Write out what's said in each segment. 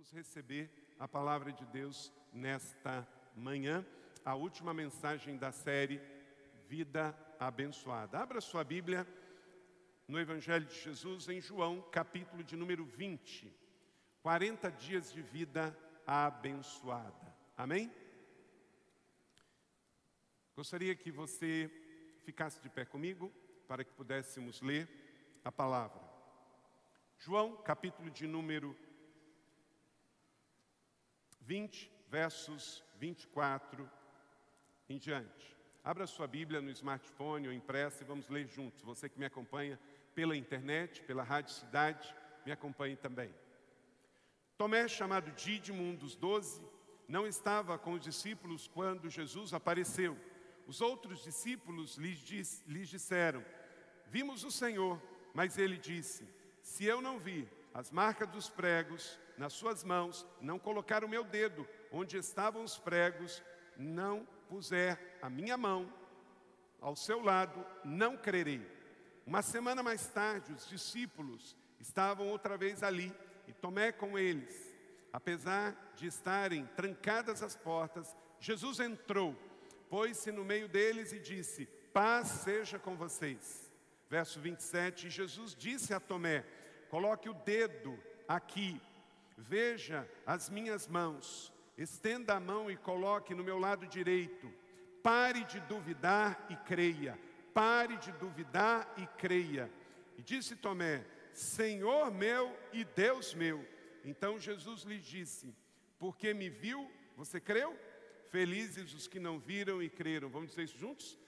Vamos receber a palavra de Deus nesta manhã, a última mensagem da série Vida Abençoada. Abra sua Bíblia no Evangelho de Jesus em João, capítulo de número 20. 40 dias de vida abençoada. Amém? Gostaria que você ficasse de pé comigo para que pudéssemos ler a palavra. João, capítulo de número 20, versos 24 em diante. Abra sua Bíblia no smartphone ou impressa e vamos ler juntos. Você que me acompanha pela internet, pela Rádio Cidade, me acompanhe também. Tomé, chamado Dídimo, um dos 12, não estava com os discípulos quando Jesus apareceu. Os outros discípulos lhes disseram: vimos o Senhor. Mas ele disse: se eu não vir as marcas dos pregos nas suas mãos, não colocar o meu dedo onde estavam os pregos, não puser a minha mão ao seu lado, não crerei. Uma semana mais tarde, os discípulos estavam outra vez ali, e Tomé com eles. Apesar de estarem trancadas as portas, Jesus entrou, pôs-se no meio deles e disse: paz seja com vocês. Verso 27, Jesus disse a Tomé: coloque o dedo aqui, veja as minhas mãos, estenda a mão e coloque no meu lado direito. Pare de duvidar e creia. Pare de duvidar e creia. E disse Tomé: Senhor meu e Deus meu. Então Jesus lhe disse: porque me viu, você creu? Felizes os que não viram e creram. Vamos dizer isso juntos?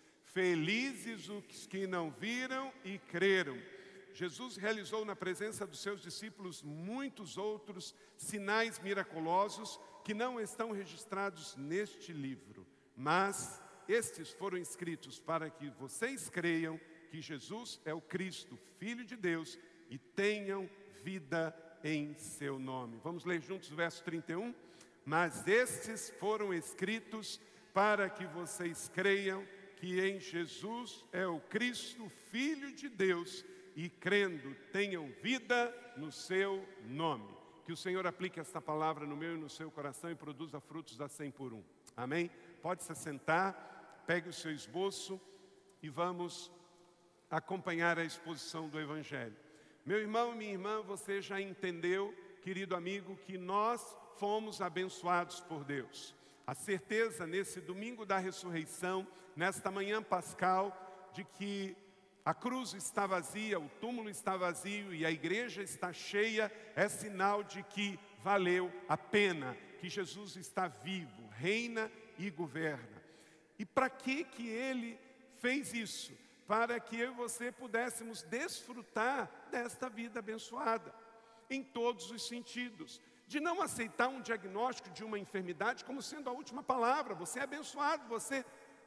Felizes os que não viram e creram. Jesus realizou na presença dos seus discípulos muitos outros sinais miraculosos que não estão registrados neste livro, mas estes foram escritos para que vocês creiam que Jesus é o Cristo, Filho de Deus, e tenham vida em seu nome. Vamos ler juntos o verso 31? Mas estes foram escritos para que vocês creiam que em Jesus é o Cristo, Filho de Deus, e crendo tenham vida no seu nome. Que o Senhor aplique esta palavra no meu e no seu coração e produza frutos a 100 por 1. Amém? Pode se sentar, pegue o seu esboço e vamos acompanhar a exposição do Evangelho. Meu irmão e minha irmã, você já entendeu, querido amigo, que nós fomos abençoados por Deus. A certeza nesse domingo da ressurreição, nesta manhã pascal, de que a cruz está vazia, o túmulo está vazio e a igreja está cheia, é sinal de que valeu a pena, que Jesus está vivo, reina e governa. E para que ele fez isso? Para que eu e você pudéssemos desfrutar desta vida abençoada, em todos os sentidos. De não aceitar um diagnóstico de uma enfermidade como sendo a última palavra. Você é abençoado, você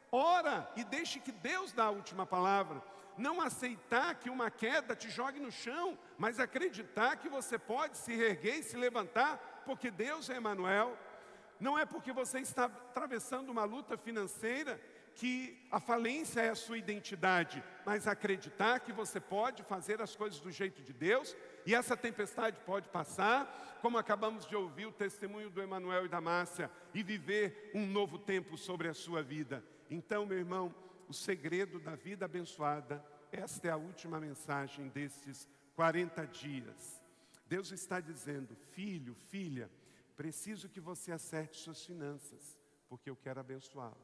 ora e deixe que Deus dê a última palavra. Não aceitar que uma queda te jogue no chão, mas acreditar que você pode se reerguer e se levantar, porque Deus é Emanuel. Não é porque você está atravessando uma luta financeira que a falência é a sua identidade, mas acreditar que você pode fazer as coisas do jeito de Deus, e essa tempestade pode passar, como acabamos de ouvir o testemunho do Emanuel e da Márcia, e viver um novo tempo sobre a sua vida. Então, meu irmão, o segredo da vida abençoada, esta é a última mensagem desses 40 dias. Deus está dizendo: filho, filha, preciso que você acerte suas finanças, porque eu quero abençoá-lo.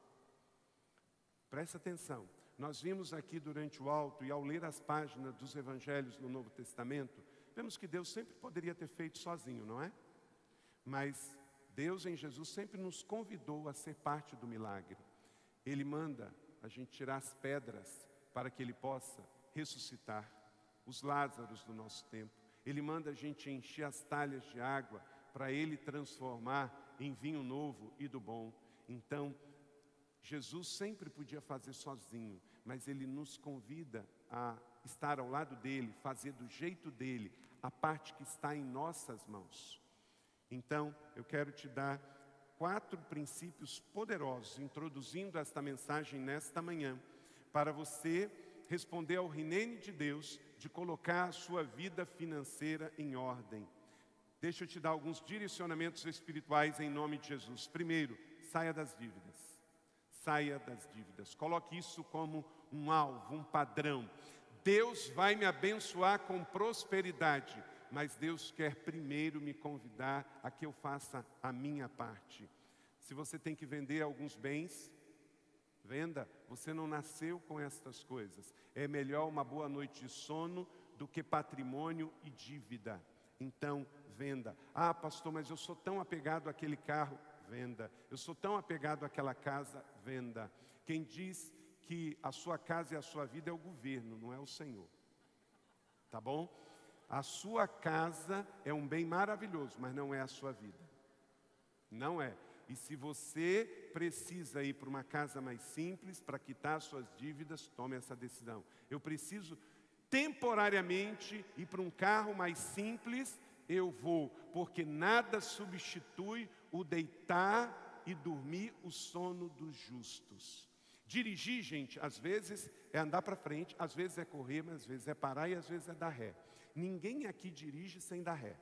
Presta atenção, nós vimos aqui durante o alto e ao ler as páginas dos evangelhos no Novo Testamento, vemos que Deus sempre poderia ter feito sozinho, não é? Mas Deus em Jesus sempre nos convidou a ser parte do milagre. Ele manda a gente tirar as pedras para que Ele possa ressuscitar os Lázaros do nosso tempo. Ele manda a gente encher as talhas de água para Ele transformar em vinho novo e do bom. Então, Jesus sempre podia fazer sozinho, mas Ele nos convida a estar ao lado dEle, fazer do jeito dEle, a parte que está em nossas mãos. Então, eu quero te dar 4 princípios poderosos, introduzindo esta mensagem nesta manhã, para você responder ao reino de Deus, de colocar a sua vida financeira em ordem. Deixa eu te dar alguns direcionamentos espirituais em nome de Jesus. Primeiro, saia das dívidas. Saia das dívidas. Coloque isso como um alvo, um padrão. Deus vai me abençoar com prosperidade, mas Deus quer primeiro me convidar a que eu faça a minha parte. Se você tem que vender alguns bens, venda. Você não nasceu com estas coisas. É melhor uma boa noite de sono do que patrimônio e dívida. Então, venda. Ah, pastor, mas eu sou tão apegado àquele carro. Venda. Eu sou tão apegado àquela casa. Venda. Quem diz que a sua casa e a sua vida é o governo, não é o Senhor. Tá bom? A sua casa é um bem maravilhoso, mas não é a sua vida. Não é. E se você precisa ir para uma casa mais simples para quitar suas dívidas, tome essa decisão. Eu preciso temporariamente ir para um carro mais simples, eu vou, porque nada substitui o deitar e dormir o sono dos justos. Dirigir, gente, às vezes é andar para frente, às vezes é correr, mas às vezes é parar e às vezes é dar ré. Ninguém aqui dirige sem dar ré.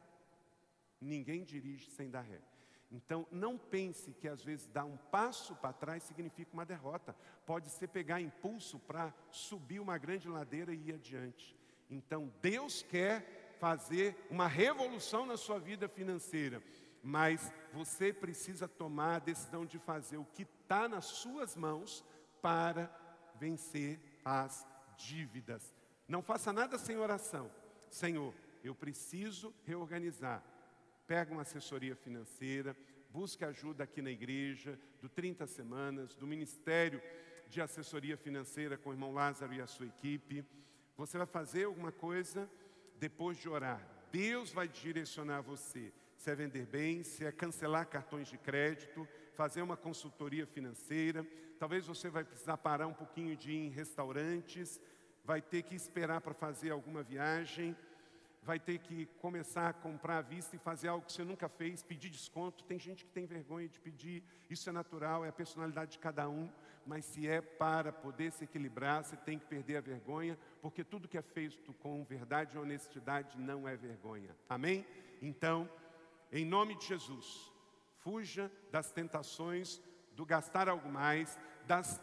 Ninguém dirige sem dar ré. Então, não pense que às vezes dar um passo para trás significa uma derrota. Pode ser pegar impulso para subir uma grande ladeira e ir adiante. Então, Deus quer fazer uma revolução na sua vida financeira. Mas você precisa tomar a decisão de fazer o que está nas suas mãos para vencer as dívidas. Não faça nada sem oração. Senhor, eu preciso reorganizar. Pega uma assessoria financeira, busque ajuda aqui na igreja, do 30 Semanas, do Ministério de Assessoria Financeira com o irmão Lázaro e a sua equipe. Você vai fazer alguma coisa depois de orar. Deus vai direcionar você. Se é vender bens, se é cancelar cartões de crédito, fazer uma consultoria financeira. Talvez você vai precisar parar um pouquinho de ir em restaurantes, vai ter que esperar para fazer alguma viagem, vai ter que começar a comprar à vista e fazer algo que você nunca fez, pedir desconto. Tem gente que tem vergonha de pedir, isso é natural, é a personalidade de cada um, mas se é para poder se equilibrar, você tem que perder a vergonha, porque tudo que é feito com verdade e honestidade não é vergonha. Amém? Então, em nome de Jesus, fuja das tentações do gastar algo mais, das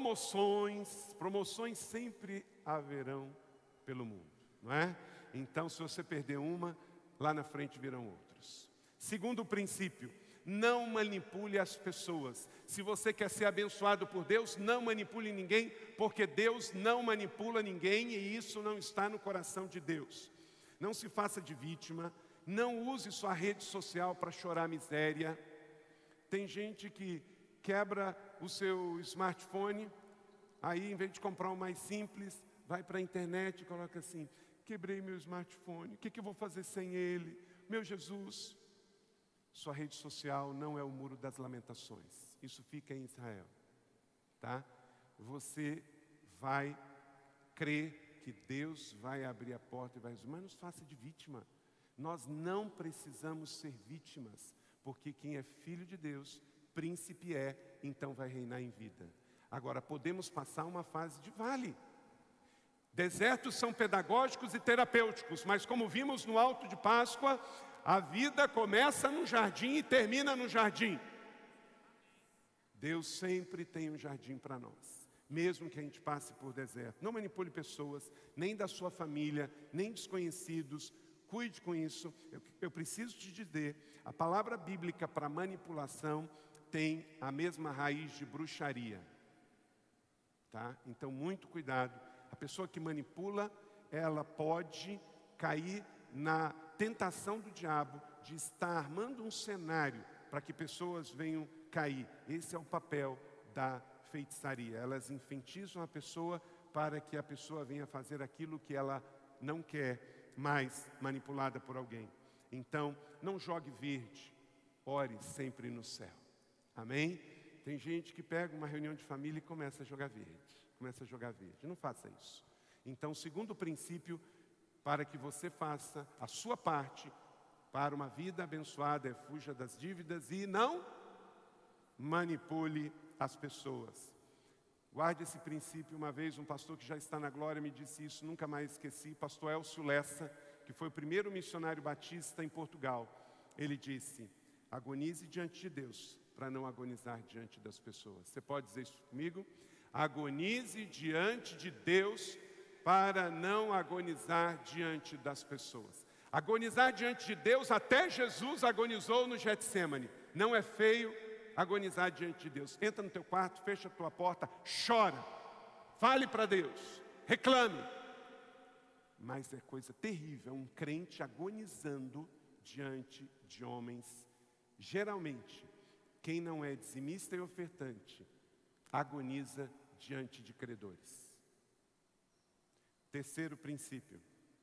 promoções. Promoções sempre haverão pelo mundo, não é? Então, se você perder uma, lá na frente virão outros. Segundo princípio, não manipule as pessoas. Se você quer ser abençoado por Deus, não manipule ninguém, porque Deus não manipula ninguém e isso não está no coração de Deus. Não se faça de vítima, não use sua rede social para chorar miséria. Tem gente que quebra o seu smartphone, aí em vez de comprar um mais simples, vai para a internet e coloca assim: quebrei meu smartphone, o que eu vou fazer sem ele? Meu Jesus. Sua rede social não é o muro das lamentações. Isso fica em Israel, tá? Você vai crer que Deus vai abrir a porta e vai dizer: mas não se faça de vítima. Nós não precisamos ser vítimas, porque quem é filho de Deus, príncipe é, então vai reinar em vida. Agora, podemos passar uma fase de vale. Desertos são pedagógicos e terapêuticos, mas como vimos no Alto de Páscoa, a vida começa no jardim e termina no jardim. Deus sempre tem um jardim para nós, mesmo que a gente passe por deserto. Não manipule pessoas, nem da sua família, nem desconhecidos. Cuide com isso. Eu preciso te dizer, a palavra bíblica para manipulação tem a mesma raiz de bruxaria. Tá? Então, muito cuidado. A pessoa que manipula, ela pode cair na tentação do diabo de estar armando um cenário para que pessoas venham cair. Esse é o papel da feitiçaria. Elas enfeitiçam a pessoa para que a pessoa venha fazer aquilo que ela não quer, mais manipulada por alguém. Então, não jogue verde, ore sempre no céu. Amém? Tem gente que pega uma reunião de família e começa a jogar verde. Começa a jogar verde. Não faça isso. Então, o segundo princípio para que você faça a sua parte para uma vida abençoada é: fuja das dívidas e não manipule as pessoas. Guarde esse princípio. Uma vez um pastor que já está na glória me disse isso, nunca mais esqueci, pastor Elcio Lessa, que que foi o primeiro missionário batista em Portugal, ele disse: agonize diante de Deus, para não agonizar diante das pessoas. Você pode dizer isso comigo? Agonize diante de Deus, para não agonizar diante das pessoas. Agonizar diante de Deus, até Jesus agonizou no Getsêmani. Não é feio agonizar diante de Deus. Entra no teu quarto, fecha a tua porta, chora, fale para Deus, reclame. Mas é coisa terrível, um crente agonizando diante de homens. Geralmente, quem não é dizimista e ofertante, agoniza diante de credores. Terceiro princípio: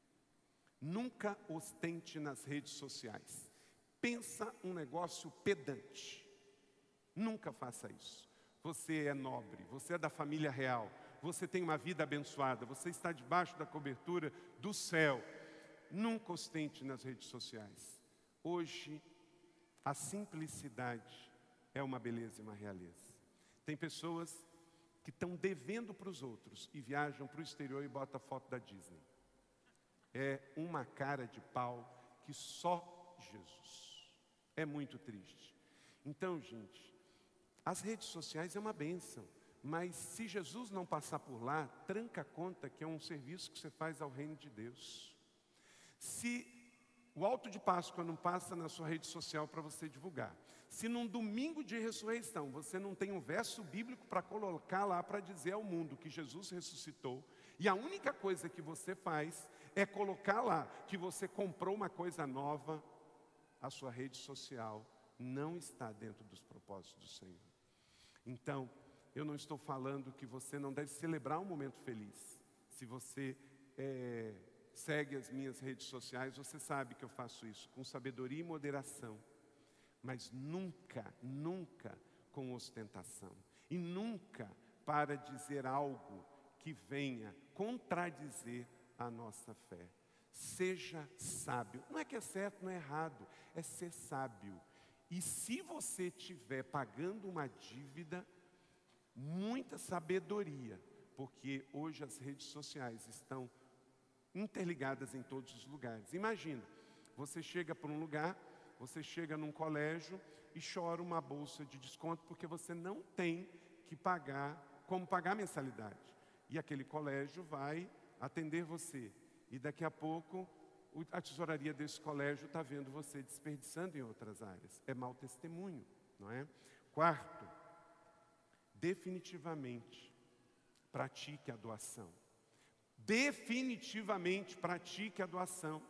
nunca ostente nas redes sociais. Pensa um negócio pedante. Nunca faça isso. Você é nobre, você é da família real, você tem uma vida abençoada, você está debaixo da cobertura do céu. Nunca ostente nas redes sociais. Hoje, a simplicidade é uma beleza e uma realeza. Tem pessoas que estão devendo para os outros e viajam para o exterior e botam a foto da Disney. É uma cara de pau que só Jesus. É muito triste. Então, gente, as redes sociais é uma bênção, mas se Jesus não passar por lá, tranca a conta que é um serviço que você faz ao reino de Deus. Se o alto de Páscoa não passa na sua rede social para você divulgar, se num domingo de ressurreição você não tem um verso bíblico para colocar lá para dizer ao mundo que Jesus ressuscitou, e a única coisa que você faz é colocar lá que você comprou uma coisa nova, a sua rede social não está dentro dos propósitos do Senhor. Então, eu não estou falando que você não deve celebrar um momento feliz. Se você segue as minhas redes sociais, você sabe que eu faço isso com sabedoria e moderação. Mas nunca, nunca com ostentação. E nunca para dizer algo que venha contradizer a nossa fé. Seja sábio. Não é que é certo, não é errado. É ser sábio. E se você estiver pagando uma dívida, muita sabedoria. Porque hoje as redes sociais estão interligadas em todos os lugares. Imagina, você chega para um lugar, você chega num colégio e chora uma bolsa de desconto porque você não tem que pagar, como pagar mensalidade. E aquele colégio vai atender você. E daqui a pouco, a tesouraria desse colégio está vendo você desperdiçando em outras áreas. É mau testemunho, não é? Quarto, definitivamente, pratique a doação. Definitivamente pratique a doação.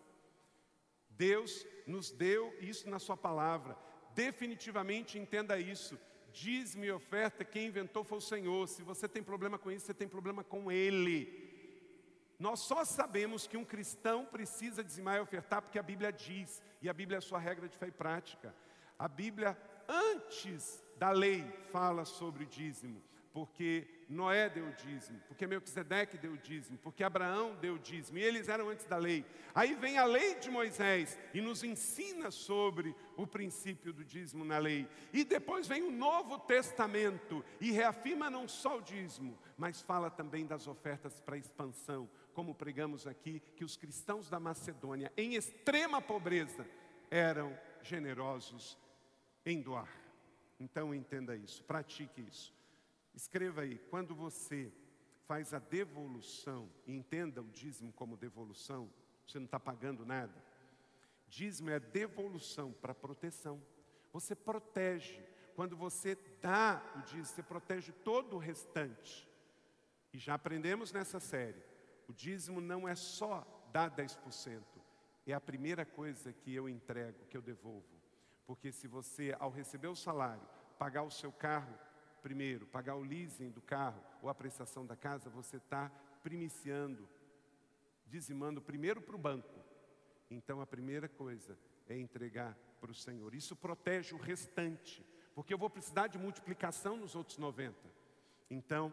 Deus nos deu isso na sua palavra. Definitivamente entenda isso. Dízimo e oferta, quem inventou foi o Senhor. Se você tem problema com isso, você tem problema com Ele. Nós só sabemos que um cristão precisa dizimar e ofertar porque a Bíblia diz. E a Bíblia é a sua regra de fé e prática. A Bíblia, antes da lei, fala sobre o dízimo. Porque Noé deu o dízimo, porque Melquisedeque deu o dízimo, porque Abraão deu o dízimo, e eles eram antes da lei. Aí vem a lei de Moisés e nos ensina sobre o princípio do dízimo na lei. E depois vem o Novo Testamento e reafirma não só o dízimo, mas fala também das ofertas para expansão, como pregamos aqui, que os cristãos da Macedônia, em extrema pobreza, eram generosos em doar. Então entenda isso, pratique isso. Escreva aí, quando você faz a devolução, e entenda o dízimo como devolução, você não está pagando nada. Dízimo é devolução para proteção. Você protege. Quando você dá o dízimo, você protege todo o restante. E já aprendemos nessa série, o dízimo não é só dar 10%. É a primeira coisa que eu entrego, que eu devolvo. Porque se você, ao receber o salário, pagar o seu carro, primeiro, pagar o leasing do carro ou a prestação da casa, você está primiciando, dizimando primeiro para o banco. Então a primeira coisa é entregar para o Senhor. Isso protege o restante, porque eu vou precisar de multiplicação nos outros 90. Então,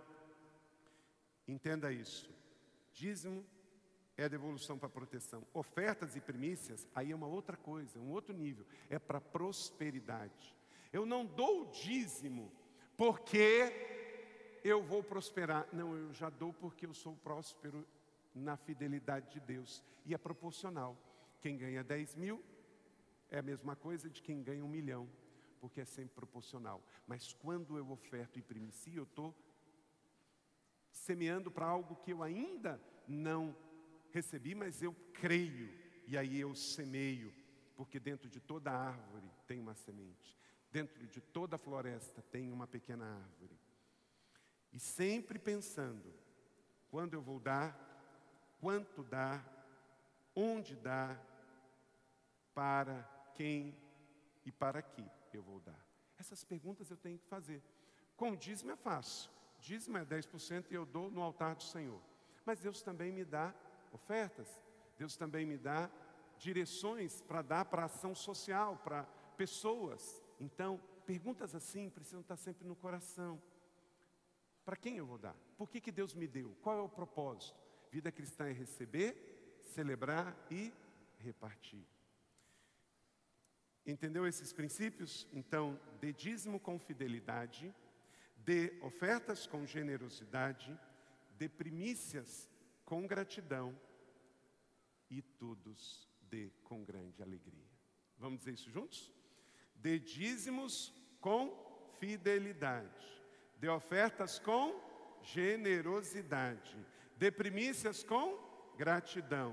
entenda isso. Dízimo é devolução para proteção. Ofertas e primícias, aí é uma outra coisa, um outro nível. É para prosperidade. Eu não dou o dízimo porque eu vou prosperar. Não, eu já dou porque eu sou próspero na fidelidade de Deus. E é proporcional. Quem ganha 10 mil é a mesma coisa de quem ganha 1 milhão, porque é sempre proporcional. Mas quando eu oferto e primicio, eu estou semeando para algo que eu ainda não recebi, mas eu creio, e aí eu semeio, porque dentro de toda árvore tem uma semente, dentro de toda floresta tem uma pequena árvore. E sempre pensando, quando eu vou dar, quanto dar, onde dar, para quem e para que eu vou dar. Essas perguntas eu tenho que fazer. Com o dízimo é fácil. Dízimo é 10% e eu dou no altar do Senhor. Mas Deus também me dá ofertas. Deus também me dá direções para dar para ação social, para pessoas. Então, perguntas assim precisam estar sempre no coração. Para quem eu vou dar? Por que Deus me deu? Qual é o propósito? Vida cristã é receber, celebrar e repartir. Entendeu esses princípios? Então, dê dízimo com fidelidade, dê ofertas com generosidade, dê primícias com gratidão e todos dê com grande alegria. Vamos dizer isso juntos? Dê dízimos com fidelidade, dê ofertas com generosidade, dê primícias com gratidão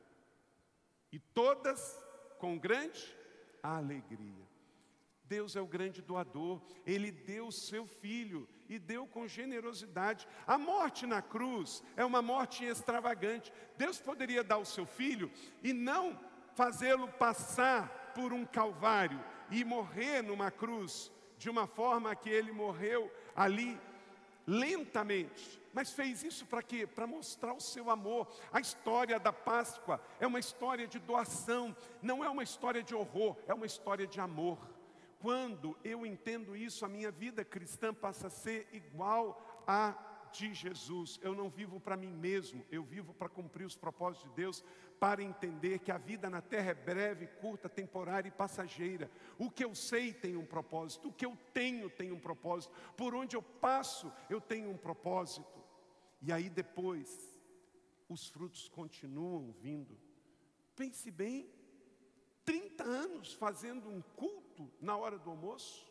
e todas com grande alegria. Deus é o grande doador, Ele deu o seu Filho e deu com generosidade. A morte na cruz é uma morte extravagante. Deus poderia dar o seu Filho e não fazê-lo passar por um calvário e morrer numa cruz de uma forma que Ele morreu ali lentamente. Mas fez isso para quê? Para mostrar o seu amor. A história da Páscoa é uma história de doação, não é uma história de horror, é uma história de amor. Quando eu entendo isso, a minha vida cristã passa a ser igual a de Jesus. Eu não vivo para mim mesmo, eu vivo para cumprir os propósitos de Deus, para entender que a vida na terra é breve, curta, temporária e passageira. O que eu sei tem um propósito, o que eu tenho tem um propósito, por onde eu passo eu tenho um propósito. E aí depois, os frutos continuam vindo. Pense bem, 30 anos fazendo um culto na hora do almoço,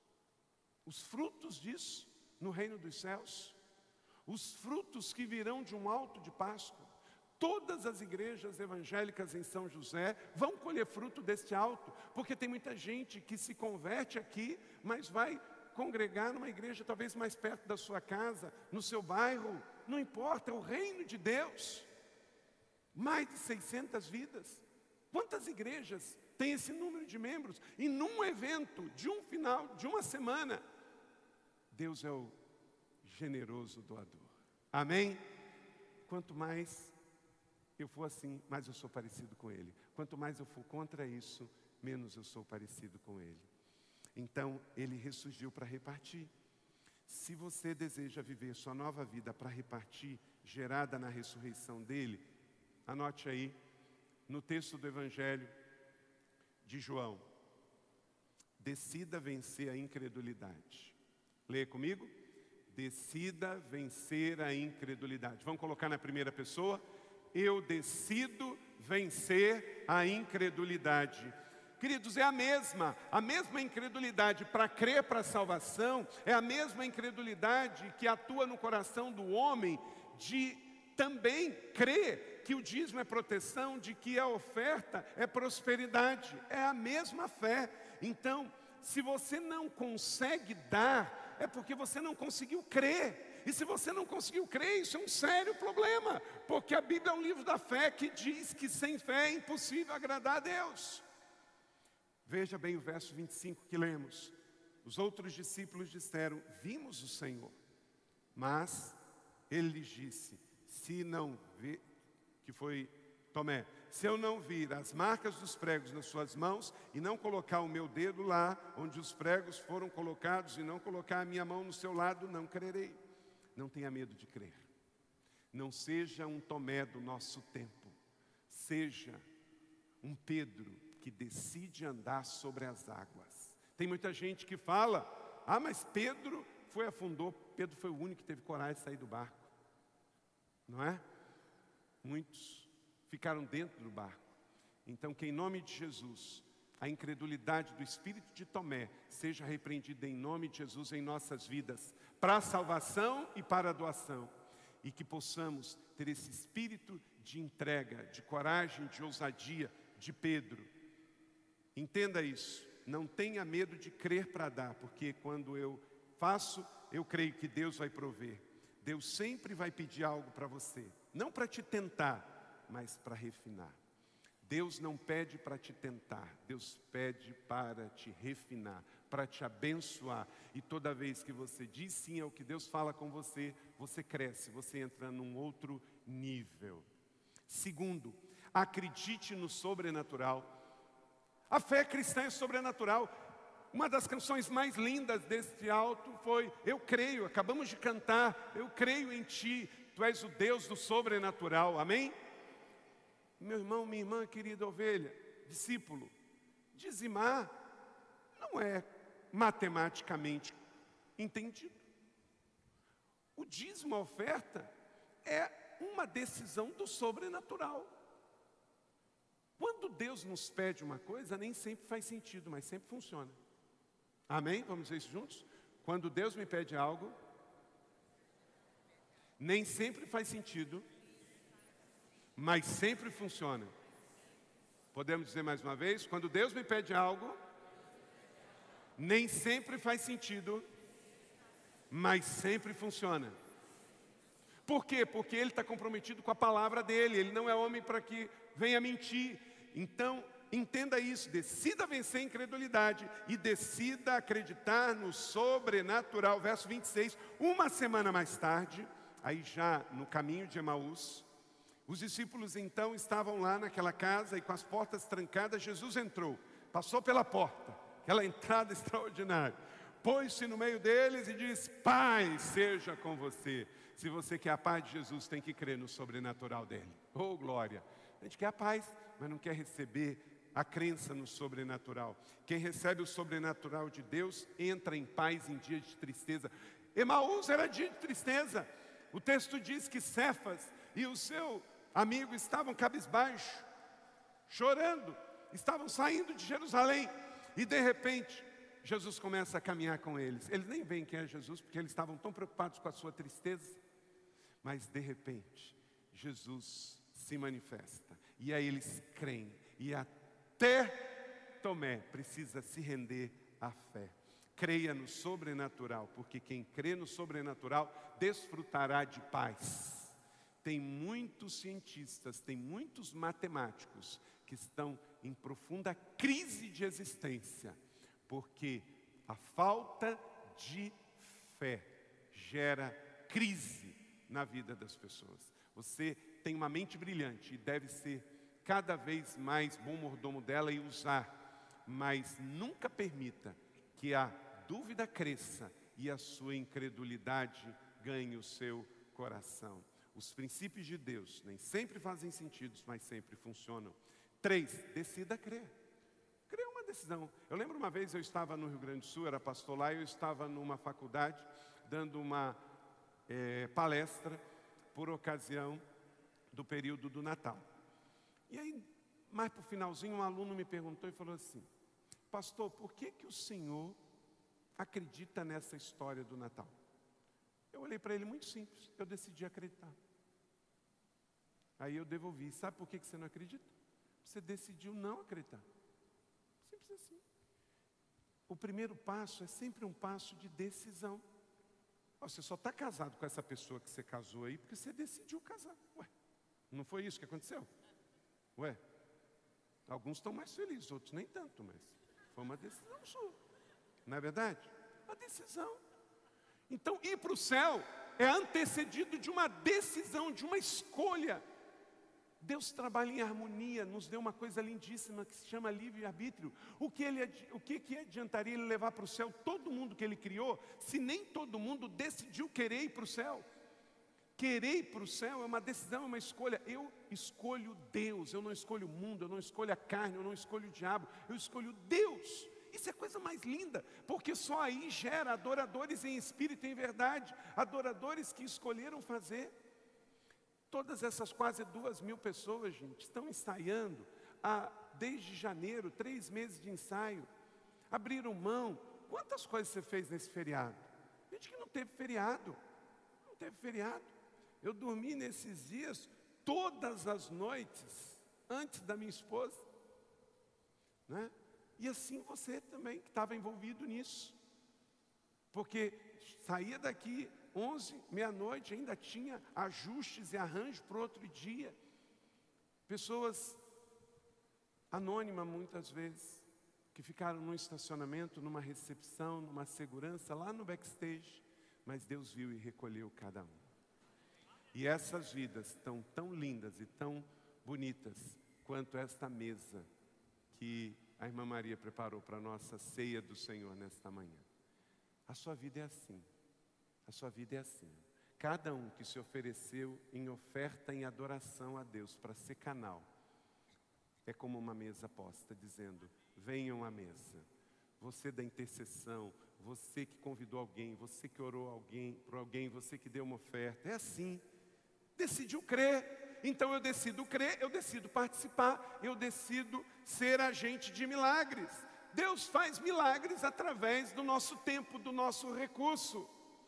os frutos disso no reino dos céus, os frutos que virão de um alto de Páscoa. Todas as igrejas evangélicas em São José vão colher fruto deste alto, porque tem muita gente que se converte aqui, mas vai congregar numa igreja talvez mais perto da sua casa, no seu bairro, não importa, é o reino de Deus. Mais de 600 vidas. Quantas igrejas têm esse número de membros? E num evento de um final, de uma semana, Deus é o generoso doador. Amém? Quanto mais eu for assim, mais eu sou parecido com Ele. Quanto mais eu for contra isso, menos eu sou parecido com Ele. Então, Ele ressurgiu para repartir. Se você deseja viver sua nova vida para repartir, gerada na ressurreição dEle, anote aí, no texto do Evangelho de João, decida vencer a incredulidade. Leia comigo. Decida vencer a incredulidade. Vamos colocar na primeira pessoa. Eu decido vencer a incredulidade. Queridos, é a mesma incredulidade para crer para a salvação, é a mesma incredulidade que atua no coração do homem de também crer que o dízimo é proteção, de que a oferta é prosperidade. É a mesma fé. Então, se você não consegue dar, é porque você não conseguiu crer. E se você não conseguiu crer, isso é um sério problema. Porque a Bíblia é um livro da fé que diz que sem fé é impossível agradar a Deus. Veja bem o verso 25 que lemos. Os outros discípulos disseram, vimos o Senhor. Mas ele lhes disse, se não ver, que foi Tomé, se eu não vir as marcas dos pregos nas suas mãos e não colocar o meu dedo lá onde os pregos foram colocados e não colocar a minha mão no seu lado, não crerei. Não tenha medo de crer. Não seja um Tomé do nosso tempo. Seja um Pedro que decide andar sobre as águas. Tem muita gente que fala, mas Pedro afundou. Pedro foi o único que teve coragem de sair do barco. Não é? Muitos ficaram dentro do barco. Então, que em nome de Jesus, a incredulidade do espírito de Tomé seja repreendida em nome de Jesus em nossas vidas, para a salvação e para a doação. E que possamos ter esse espírito de entrega, de coragem, de ousadia de Pedro. Entenda isso, não tenha medo de crer para dar, porque quando eu faço, eu creio que Deus vai prover. Deus sempre vai pedir algo para você, não para te tentar, mas para refinar. Deus não pede para te tentar, Deus pede para te refinar, para te abençoar. E toda vez que você diz sim ao que Deus fala com você, você cresce, você entra num outro nível. Segundo, acredite no sobrenatural. A fé cristã é sobrenatural. Uma das canções mais lindas deste alto foi Eu Creio, acabamos de cantar, eu creio em Ti, Tu és o Deus do sobrenatural, amém? Meu irmão, minha irmã, querida ovelha, discípulo, dizimar não é matematicamente entendido. O dízimo, a oferta, é uma decisão do sobrenatural. Quando Deus nos pede uma coisa, nem sempre faz sentido, mas sempre funciona. Amém? Vamos dizer isso juntos? Quando Deus me pede algo, nem sempre faz sentido, mas sempre funciona. Podemos dizer mais uma vez? Quando Deus me pede algo, nem sempre faz sentido, mas sempre funciona. Por quê? Porque Ele está comprometido com a palavra dEle. Ele não é homem para que venha mentir. Então, entenda isso, decida vencer a incredulidade e decida acreditar no sobrenatural. Verso 26, uma semana mais tarde, aí já no caminho de Emaús, os discípulos então estavam lá naquela casa e com as portas trancadas, Jesus entrou, passou pela porta, aquela entrada extraordinária, pôs-se no meio deles e disse, paz seja com você. Se você quer a paz de Jesus, tem que crer no sobrenatural dele. Oh, glória! A gente quer a paz, mas não quer receber a crença no sobrenatural. Quem recebe o sobrenatural de Deus, entra em paz em dia de tristeza. Emaús era dia de tristeza. O texto diz que Cefas e o seu amigo estavam cabisbaixo, chorando, estavam saindo de Jerusalém. E de repente, Jesus começa a caminhar com eles. Eles nem veem quem é Jesus, porque eles estavam tão preocupados com a sua tristeza. Mas de repente, Jesus se manifesta. E aí eles creem. E até Tomé precisa se render à fé. Creia no sobrenatural, porque quem crê no sobrenatural desfrutará de paz. Tem muitos cientistas, tem muitos matemáticos que estão em profunda crise de existência, porque a falta de fé gera crise na vida das pessoas. Você tem uma mente brilhante e deve ser cada vez mais bom mordomo dela e usar, mas nunca permita que a dúvida cresça e a sua incredulidade ganhe o seu coração. Os princípios de Deus nem sempre fazem sentido, mas sempre funcionam. 3, decida crer. Crer é uma decisão. Eu lembro uma vez, eu estava no Rio Grande do Sul, era pastor lá, e eu estava numa faculdade, dando uma palestra, por ocasião do período do Natal. E aí, mais para o finalzinho, um aluno me perguntou e falou assim, pastor, por que o senhor acredita nessa história do Natal? Eu olhei para ele, muito simples, eu decidi acreditar. Aí eu devolvi, sabe por que você não acredita? Você decidiu não acreditar. Simples assim. O primeiro passo é sempre um passo de decisão. Você só está casado com essa pessoa que você casou aí porque você decidiu casar. Ué, não foi isso que aconteceu? Ué, alguns estão mais felizes, outros nem tanto, mas foi uma decisão sua. Não é verdade? Uma decisão. Então, ir para o céu é antecedido de uma decisão, de uma escolha. Deus trabalha em harmonia, nos deu uma coisa lindíssima que se chama livre-arbítrio. O que adiantaria Ele levar para o céu todo mundo que Ele criou, se nem todo mundo decidiu querer ir para o céu? Querer ir para o céu é uma decisão, é uma escolha. Eu escolho Deus, eu não escolho o mundo, eu não escolho a carne, eu não escolho o diabo, eu escolho Deus. Isso é a coisa mais linda, porque só aí gera adoradores em espírito e em verdade, adoradores que escolheram fazer. Todas essas quase 2.000 pessoas, gente, estão ensaiando há desde janeiro, 3 meses de ensaio. Abriram mão. Quantas coisas você fez nesse feriado? Gente que não teve feriado. Não teve feriado. Eu dormi nesses dias todas as noites antes da minha esposa, né? E assim você também que estava envolvido nisso, porque saía daqui 11, meia-noite, ainda tinha ajustes e arranjos para outro dia. Pessoas anônimas muitas vezes, que ficaram num estacionamento, numa recepção, numa segurança, lá no backstage, mas Deus viu e recolheu cada um. E essas vidas estão tão lindas e tão bonitas quanto esta mesa que a irmã Maria preparou para a nossa ceia do Senhor nesta manhã. A sua vida é assim. A sua vida é assim. Cada um que se ofereceu em oferta, em adoração a Deus para ser canal, é como uma mesa posta, dizendo: venham à mesa. Você da intercessão, você que convidou alguém, você que orou por alguém, você que deu uma oferta, é assim. Decidiu crer, então eu decido crer, eu decido participar, eu decido ser agente de milagres. Deus faz milagres através do nosso tempo, do nosso recurso.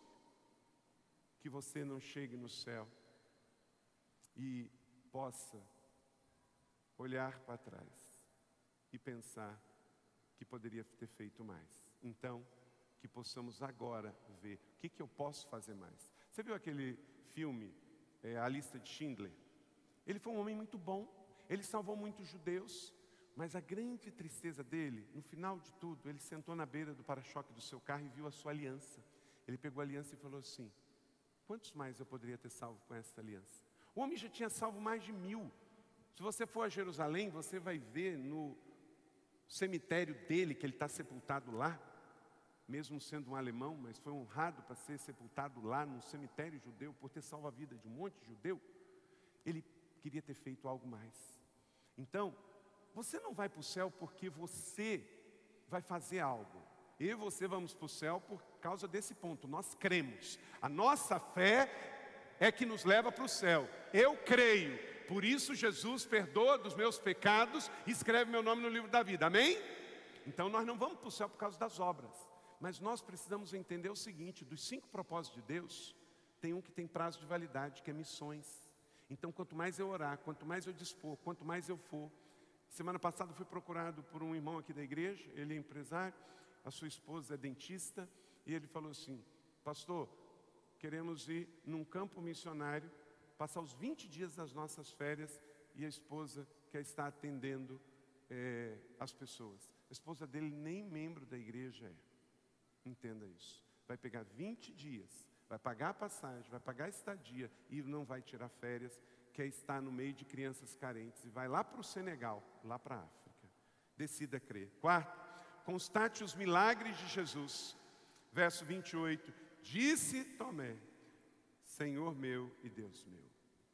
Que você não chegue no céu e possa olhar para trás e pensar que poderia ter feito mais. Então, que possamos agora ver o que eu posso fazer mais. Você viu aquele filme, A Lista de Schindler? Ele foi um homem muito bom, ele salvou muitos judeus, mas a grande tristeza dele, no final de tudo, ele sentou na beira do para-choque do seu carro e viu a sua aliança. Ele pegou a aliança e falou assim: quantos mais eu poderia ter salvo com essa aliança? O homem já tinha salvo mais de 1000. Se você for a Jerusalém, você vai ver no cemitério dele, que ele está sepultado lá, mesmo sendo um alemão, mas foi honrado para ser sepultado lá no cemitério judeu, por ter salvo a vida de um monte de judeu. Ele queria ter feito algo mais. Então, você não vai para o céu porque você vai fazer algo. Eu e você vamos para o céu por causa desse ponto. Nós cremos. A nossa fé é que nos leva para o céu. Eu creio. Por isso Jesus perdoa dos meus pecados e escreve meu nome no livro da vida. Amém? Então nós não vamos para o céu por causa das obras. Mas nós precisamos entender o seguinte: dos 5 propósitos de Deus, tem um que tem prazo de validade, que é missões. Então quanto mais eu orar, quanto mais eu dispor, quanto mais eu for. Semana passada eu fui procurado por um irmão aqui da igreja, ele é empresário, a sua esposa é dentista, e ele falou assim: pastor, queremos ir num campo missionário, passar os 20 dias das nossas férias, e a esposa quer estar atendendo as pessoas. A esposa dele nem membro da igreja é. Entenda isso. Vai pegar 20 dias, vai pagar a passagem, vai pagar a estadia e não vai tirar férias, quer estar no meio de crianças carentes e vai lá para o Senegal, lá para a África. Decida crer. 4, constate os milagres de Jesus. Verso 28, disse Tomé: Senhor meu e Deus meu.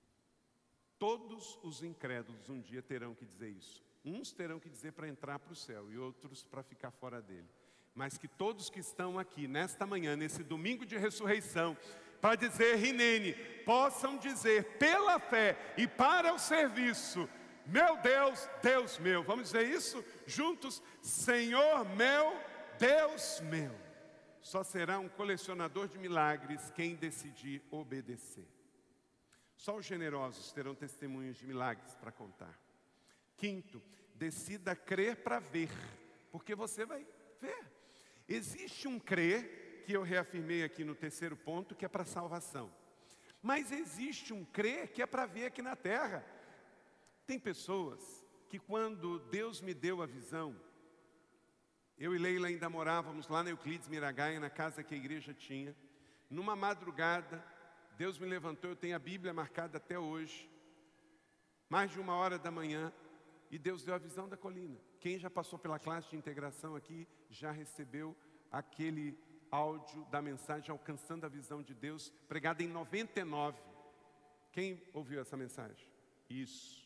Todos os incrédulos um dia terão que dizer isso. Uns terão que dizer para entrar para o céu e outros para ficar fora dele. Mas que todos que estão aqui nesta manhã, nesse domingo de ressurreição, para dizer Rinene, possam dizer pela fé e para o serviço: meu Deus, Deus meu. Vamos dizer isso juntos? Senhor meu, Deus meu. Só será um colecionador de milagres quem decidir obedecer. Só os generosos terão testemunhos de milagres para contar. 5, decida crer para ver, porque você vai ver. Existe um crer, que eu reafirmei aqui no 3º ponto, que é para salvação. Mas existe um crer que é para ver aqui na terra. Tem pessoas que quando Deus me deu a visão, eu e Leila ainda morávamos lá na Euclides Miragaia, na casa que a igreja tinha. Numa madrugada, Deus me levantou, eu tenho a Bíblia marcada até hoje, mais de 1h da manhã, e Deus deu a visão da colina. Quem já passou pela classe de integração aqui, já recebeu aquele áudio da mensagem Alcançando a Visão de Deus, pregada em 99. Quem ouviu essa mensagem? Isso.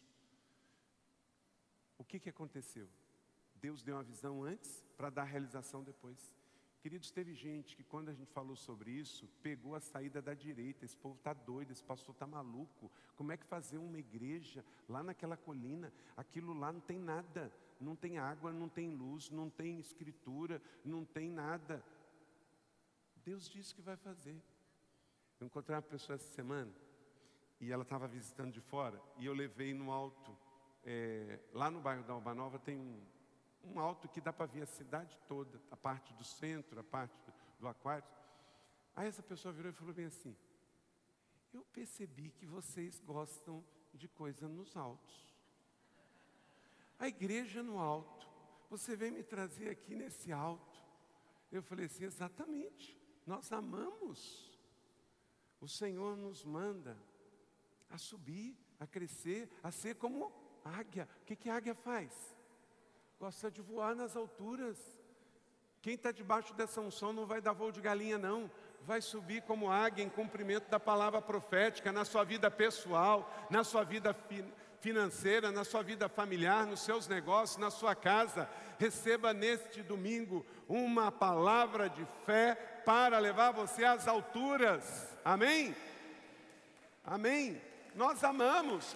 O que aconteceu? Deus deu uma visão antes para dar a realização depois. Queridos, teve gente que quando a gente falou sobre isso, pegou a saída da direita. Esse povo está doido, esse pastor está maluco. Como é que fazer uma igreja lá naquela colina? Aquilo lá não tem nada, não tem água, não tem luz, não tem escritura, não tem nada. Deus disse que vai fazer. Eu encontrei uma pessoa essa semana, e ela estava visitando de fora, e eu levei no alto, lá no bairro da Alba Nova tem um alto que dá para ver a cidade toda, a parte do centro, a parte do aquário. Aí essa pessoa virou e falou bem assim: eu percebi que vocês gostam de coisa nos altos. A igreja no alto, você vem me trazer aqui nesse alto. Eu falei assim: exatamente, nós amamos. O Senhor nos manda a subir, a crescer, a ser como águia. O que a águia faz? Gosta de voar nas alturas. Quem está debaixo dessa unção não vai dar voo de galinha, não. Vai subir como águia em cumprimento da palavra profética, na sua vida pessoal, na sua vida financeira, na sua vida familiar, nos seus negócios, na sua casa. Receba neste domingo uma palavra de fé para levar você às alturas. Amém? Amém? Nós amamos.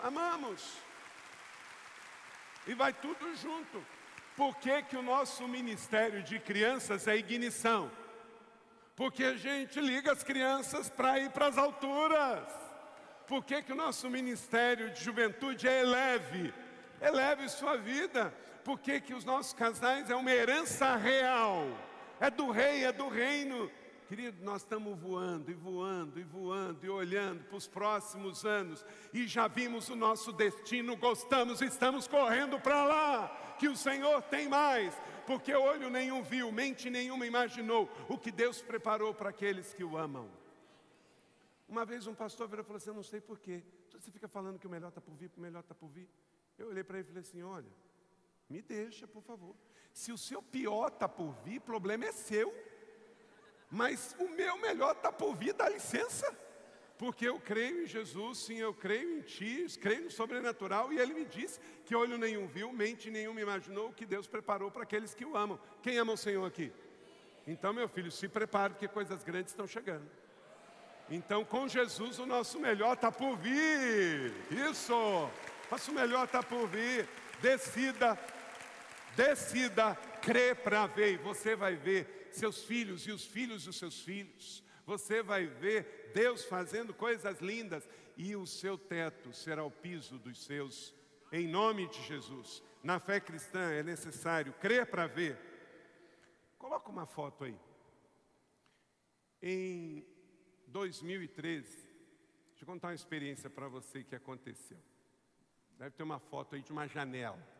E vai tudo junto. Por que o nosso ministério de crianças é ignição? Porque a gente liga as crianças para ir para as alturas. Por que o nosso ministério de juventude é eleve? Eleve sua vida. Por que os nossos casais é uma herança real? É do rei, é do reino. Querido, nós estamos voando e olhando para os próximos anos. E já vimos o nosso destino, gostamos, estamos correndo para lá. Que o Senhor tem mais, porque olho nenhum viu, mente nenhuma imaginou o que Deus preparou para aqueles que o amam. Uma vez um pastor virou e falou assim: eu não sei porquê, você fica falando que o melhor está por vir, que o melhor está por vir. Eu olhei para ele e falei assim: olha, me deixa, por favor. Se o seu pior está por vir, o problema é seu. Mas o meu melhor está por vir, dá licença. Porque eu creio em Jesus, sim, eu creio em Ti, creio no sobrenatural. E Ele me disse que olho nenhum viu, mente nenhuma imaginou o que Deus preparou para aqueles que o amam. Quem ama o Senhor aqui? Então, meu filho, se prepare, porque coisas grandes estão chegando. Então, com Jesus, o nosso melhor está por vir. Isso! Nosso melhor está por vir. Decida, crer para ver. E você vai ver seus filhos e os filhos dos seus filhos. Você vai ver Deus fazendo coisas lindas. E o seu teto será o piso dos seus, em nome de Jesus. Na fé cristã é necessário crer para ver. Coloca uma foto aí. Em 2013, deixa eu contar uma experiência para você que aconteceu. Deve ter uma foto aí de uma janela.